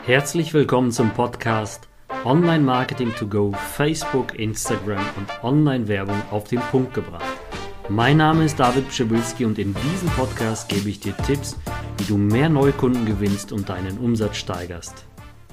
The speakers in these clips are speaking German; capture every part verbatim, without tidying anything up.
Herzlich willkommen zum Podcast Online Marketing to Go, Facebook, Instagram und Online-Werbung auf den Punkt gebracht. Mein Name ist David Pschibilski und in diesem Podcast gebe ich dir Tipps, wie du mehr Neukunden gewinnst und deinen Umsatz steigerst.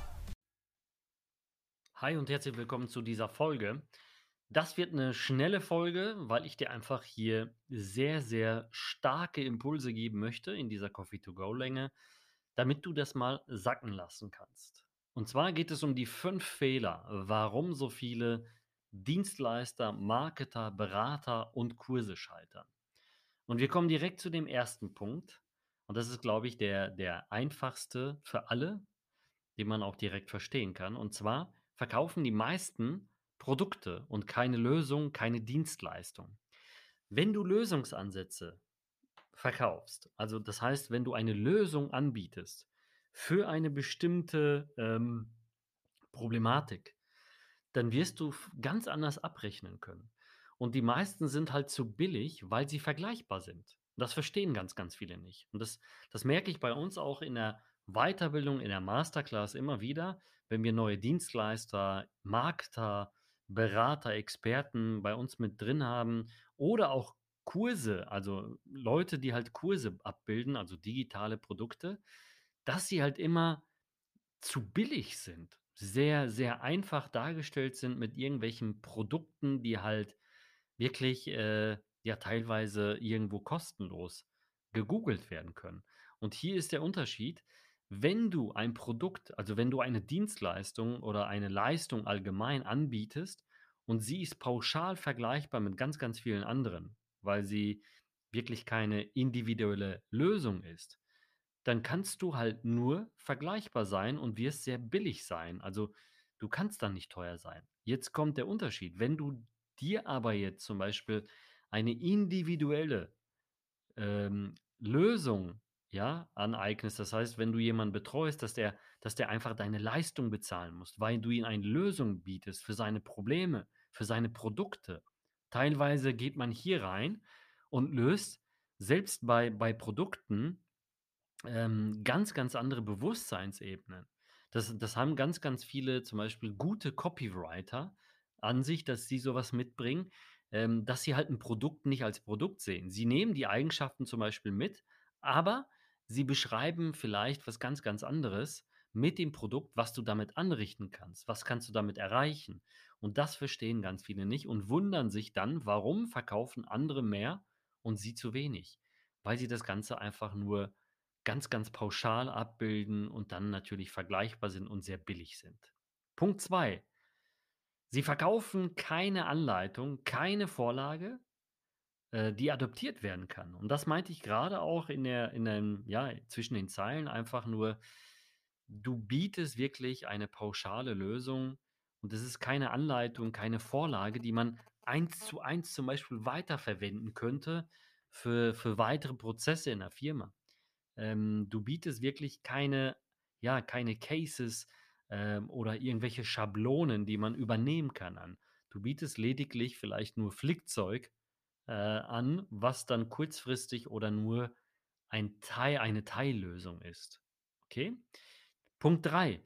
Hi und herzlich willkommen zu dieser Folge. Das wird eine schnelle Folge, weil ich dir einfach hier sehr, sehr starke Impulse geben möchte in dieser Coffee-to-Go-Länge, damit du das mal sacken lassen kannst. Und zwar geht es um die fünf Fehler, warum so viele Dienstleister, Marketer, Berater und Kurse scheitern. Und wir kommen direkt zu dem ersten Punkt. Und das ist, glaube ich, der, der einfachste für alle, den man auch direkt verstehen kann. Und zwar verkaufen die meisten Produkte und keine Lösung, keine Dienstleistung. Wenn du Lösungsansätze verkaufst, also das heißt, wenn du eine Lösung anbietest für eine bestimmte ähm, Problematik, dann wirst du f- ganz anders abrechnen können. Und die meisten sind halt zu billig, weil sie vergleichbar sind. Das verstehen ganz, ganz viele nicht. Und das, das merke ich bei uns auch in der Weiterbildung, in der Masterclass immer wieder, wenn wir neue Dienstleister, Marketer, Berater, Experten bei uns mit drin haben oder auch Kurse, also Leute, die halt Kurse abbilden, also digitale Produkte, dass sie halt immer zu billig sind, sehr, sehr einfach dargestellt sind mit irgendwelchen Produkten, die halt wirklich, äh, ja, teilweise irgendwo kostenlos gegoogelt werden können. Und hier ist der Unterschied, wenn du ein Produkt, also wenn du eine Dienstleistung oder eine Leistung allgemein anbietest und sie ist pauschal vergleichbar mit ganz, ganz vielen anderen, weil sie wirklich keine individuelle Lösung ist, dann kannst du halt nur vergleichbar sein und wirst sehr billig sein. Also, du kannst dann nicht teuer sein. Jetzt kommt der Unterschied. Wenn du dir aber jetzt zum Beispiel eine individuelle ähm, Lösung, ja, aneignest, das heißt, wenn du jemanden betreust, dass der dass der einfach deine Leistung bezahlen muss, weil du ihm eine Lösung bietest für seine Probleme, für seine Produkte. Teilweise geht man hier rein und löst selbst bei bei Produkten ähm, ganz, ganz andere Bewusstseinsebenen. Das das haben ganz, ganz viele zum Beispiel gute Copywriter an sich, dass sie sowas mitbringen, ähm, dass sie halt ein Produkt nicht als Produkt sehen. Sie nehmen die Eigenschaften zum Beispiel mit, aber sie beschreiben vielleicht was ganz, ganz anderes mit dem Produkt, was du damit anrichten kannst. Was kannst du damit erreichen? Und das verstehen ganz viele nicht und wundern sich dann, warum verkaufen andere mehr und sie zu wenig? Weil sie das Ganze einfach nur ganz, ganz pauschal abbilden und dann natürlich vergleichbar sind und sehr billig sind. Punkt zwei: Sie verkaufen keine Anleitung, keine Vorlage, äh, die adoptiert werden kann. Und das meinte ich gerade auch in der in den ja, zwischen den Zeilen einfach nur, du bietest wirklich eine pauschale Lösung und es ist keine Anleitung, keine Vorlage, die man eins zu eins zum Beispiel weiterverwenden könnte für für weitere Prozesse in der Firma. Ähm, du bietest wirklich keine, ja, keine Cases ähm, oder irgendwelche Schablonen, die man übernehmen kann an. Du bietest lediglich vielleicht nur Flickzeug äh, an, was dann kurzfristig oder nur ein Teil, eine Teillösung ist. Okay? Punkt drei.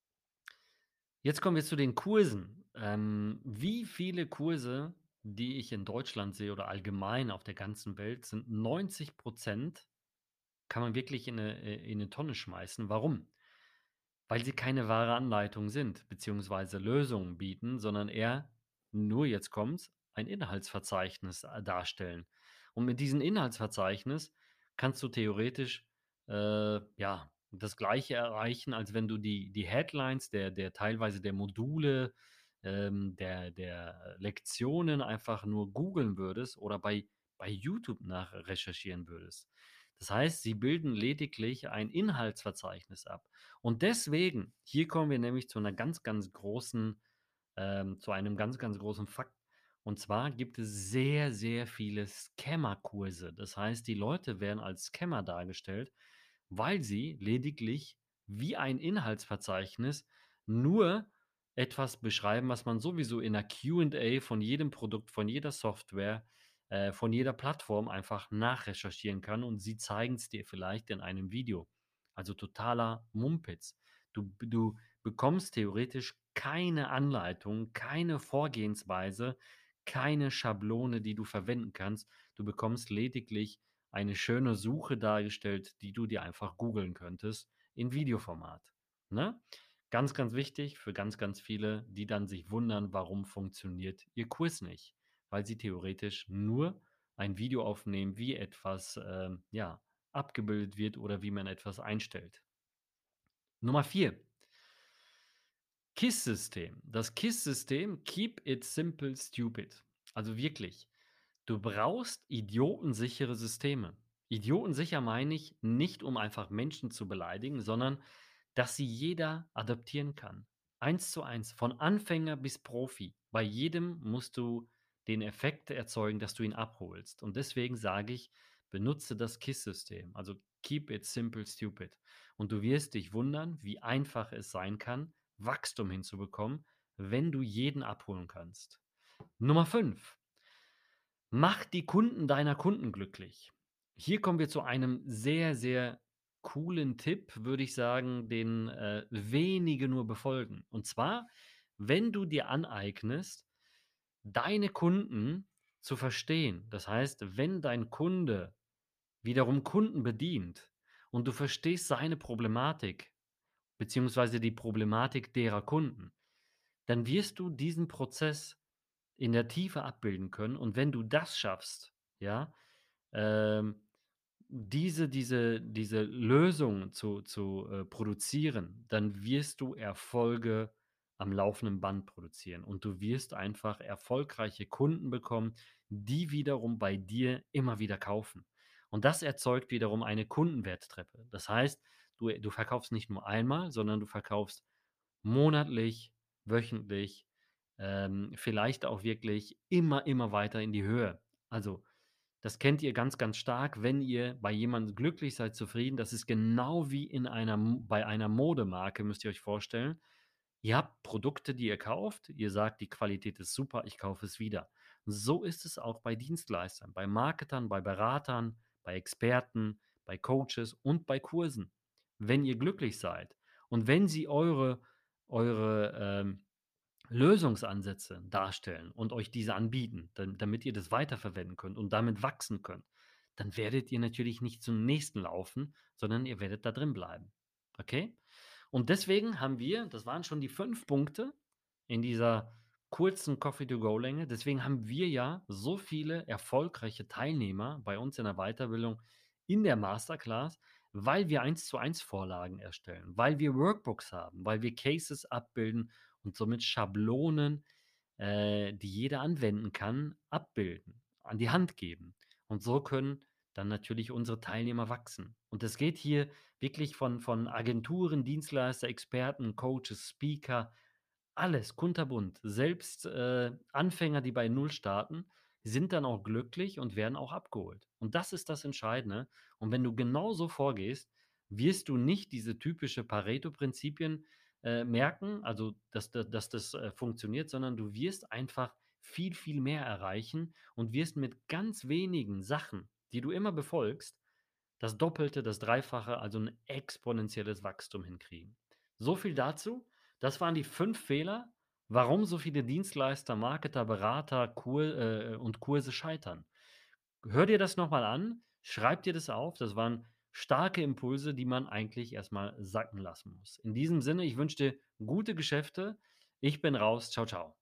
Jetzt kommen wir zu den Kursen. Ähm, wie viele Kurse, die ich in Deutschland sehe oder allgemein auf der ganzen Welt, sind neunzig Prozent kann man wirklich in eine äh, in 'ne Tonne schmeißen. Warum? Weil sie keine wahre Anleitung sind, beziehungsweise Lösungen bieten, sondern eher, nur jetzt kommt's, ein Inhaltsverzeichnis, äh, darstellen. Und mit diesem Inhaltsverzeichnis kannst du theoretisch, äh, ja, das Gleiche erreichen, als wenn du die die Headlines der der teilweise der Module, ähm, der der Lektionen einfach nur googeln würdest oder bei bei YouTube nach recherchieren würdest. Das heißt, sie bilden lediglich ein Inhaltsverzeichnis ab. Und deswegen, hier kommen wir nämlich zu einer ganz, ganz großen, ähm, zu einem ganz, ganz großen Fakt. Und zwar gibt es sehr, sehr viele Scammer-Kurse. Das heißt, die Leute werden als Scammer dargestellt, weil sie lediglich wie ein Inhaltsverzeichnis nur etwas beschreiben, was man sowieso in der Q und A von jedem Produkt, von jeder Software, äh, von jeder Plattform einfach nachrecherchieren kann und sie zeigen es dir vielleicht in einem Video. Also totaler Mumpitz. Du, du bekommst theoretisch keine Anleitung, keine Vorgehensweise, keine Schablone, die du verwenden kannst. Du bekommst lediglich eine schöne Suche dargestellt, die du dir einfach googeln könntest in Videoformat. Ne? Ganz, ganz wichtig für ganz, ganz viele, die dann sich wundern, warum funktioniert ihr Quiz nicht, weil sie theoretisch nur ein Video aufnehmen, wie etwas ähm, ja, abgebildet wird oder wie man etwas einstellt. Nummer vier. K I S-System. Das K I S-System, Keep It Simple Stupid. Also wirklich, du brauchst idiotensichere Systeme. Idiotensicher meine ich nicht, um einfach Menschen zu beleidigen, sondern dass sie jeder adaptieren kann. Eins zu eins, von Anfänger bis Profi. Bei jedem musst du den Effekt erzeugen, dass du ihn abholst. Und deswegen sage ich, benutze das K I S-System. Also Keep It Simple Stupid. Und du wirst dich wundern, wie einfach es sein kann, Wachstum hinzubekommen, wenn du jeden abholen kannst. Nummer fünf. Mach die Kunden deiner Kunden glücklich. Hier kommen wir zu einem sehr, sehr coolen Tipp, würde ich sagen, den äh, wenige nur befolgen. Und zwar, wenn du dir aneignest, deine Kunden zu verstehen. Das heißt, wenn dein Kunde wiederum Kunden bedient und du verstehst seine Problematik, beziehungsweise die Problematik derer Kunden, dann wirst du diesen Prozess in der Tiefe abbilden können. Und wenn du das schaffst, ja, ähm, diese, diese, diese Lösung zu, zu äh, produzieren, dann wirst du Erfolge am laufenden Band produzieren. Und du wirst einfach erfolgreiche Kunden bekommen, die wiederum bei dir immer wieder kaufen. Und das erzeugt wiederum eine Kundenwerttreppe. Das heißt, du, du verkaufst nicht nur einmal, sondern du verkaufst monatlich, wöchentlich, ähm, vielleicht auch wirklich immer, immer weiter in die Höhe. Also, das kennt ihr ganz, ganz stark, wenn ihr bei jemandem glücklich seid, zufrieden. Das ist genau wie in einer, M- bei einer Modemarke, müsst ihr euch vorstellen. Ihr habt Produkte, die ihr kauft. Ihr sagt, die Qualität ist super, ich kaufe es wieder. So ist es auch bei Dienstleistern, bei Marketern, bei Beratern, bei Experten, bei Coaches und bei Kursen. Wenn ihr glücklich seid und wenn sie eure, eure ähm, Lösungsansätze darstellen und euch diese anbieten, dann, damit ihr das weiterverwenden könnt und damit wachsen könnt, dann werdet ihr natürlich nicht zum nächsten laufen, sondern ihr werdet da drin bleiben. Okay? Und deswegen haben wir, das waren schon die fünf Punkte in dieser kurzen Coffee-to-Go-Länge, deswegen haben wir ja so viele erfolgreiche Teilnehmer bei uns in der Weiterbildung in der Masterclass, weil wir eins zu eins Vorlagen erstellen, weil wir Workbooks haben, weil wir Cases abbilden und somit Schablonen, äh, die jeder anwenden kann, abbilden, an die Hand geben. Und so können dann natürlich unsere Teilnehmer wachsen. Und es geht hier wirklich von, von Agenturen, Dienstleister, Experten, Coaches, Speaker, alles kunterbunt. Selbst äh, Anfänger, die bei Null starten, sind dann auch glücklich und werden auch abgeholt. Und das ist das Entscheidende. Und wenn du genau so vorgehst, wirst du nicht diese typische Pareto-Prinzipien äh, merken, also dass, dass, dass das äh, funktioniert, sondern du wirst einfach viel, viel mehr erreichen und wirst mit ganz wenigen Sachen, die du immer befolgst, das Doppelte, das Dreifache, also ein exponentielles Wachstum hinkriegen. So viel dazu. Das waren die fünf Fehler, warum so viele Dienstleister, Marketer, Berater Kur, äh, und Kurse scheitern. Hör dir das nochmal an, schreib dir das auf. Das waren starke Impulse, die man eigentlich erstmal sacken lassen muss. In diesem Sinne, ich wünsche dir gute Geschäfte. Ich bin raus. Ciao, ciao.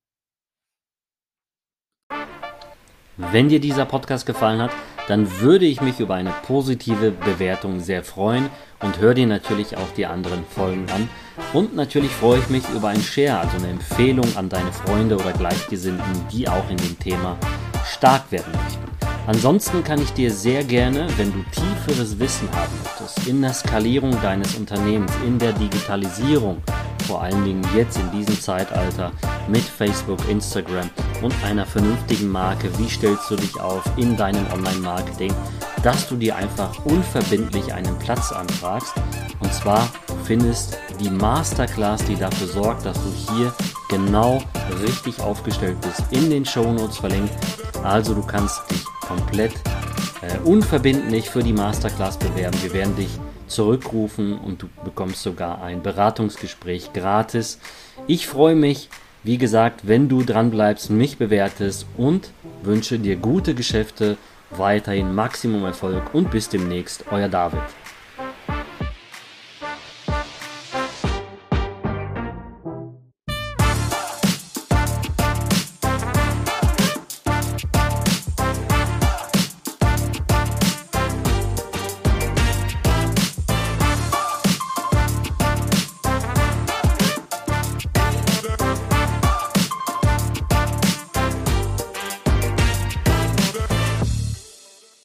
Wenn dir dieser Podcast gefallen hat, dann würde ich mich über eine positive Bewertung sehr freuen und hör dir natürlich auch die anderen Folgen an. Und natürlich freue ich mich über ein Share, also eine Empfehlung an deine Freunde oder Gleichgesinnten, die auch in dem Thema stark werden möchten. Ansonsten kann ich dir sehr gerne, wenn du tieferes Wissen haben möchtest, in der Skalierung deines Unternehmens, in der Digitalisierung, vor allen Dingen jetzt in diesem Zeitalter mit Facebook, Instagram und einer vernünftigen Marke, wie stellst du dich auf in deinem Online-Marketing, dass du dir einfach unverbindlich einen Platz anfragst. Und zwar findest die Masterclass, die dafür sorgt, dass du hier genau richtig aufgestellt bist, in den Shownotes verlinkt. Also du kannst dich komplett äh, unverbindlich für die Masterclass bewerben. Wir werden dich zurückrufen und du bekommst sogar ein Beratungsgespräch gratis. Ich freue mich, wie gesagt, wenn du dran bleibst, mich bewertest und wünsche dir gute Geschäfte, weiterhin Maximum Erfolg und bis demnächst, euer David.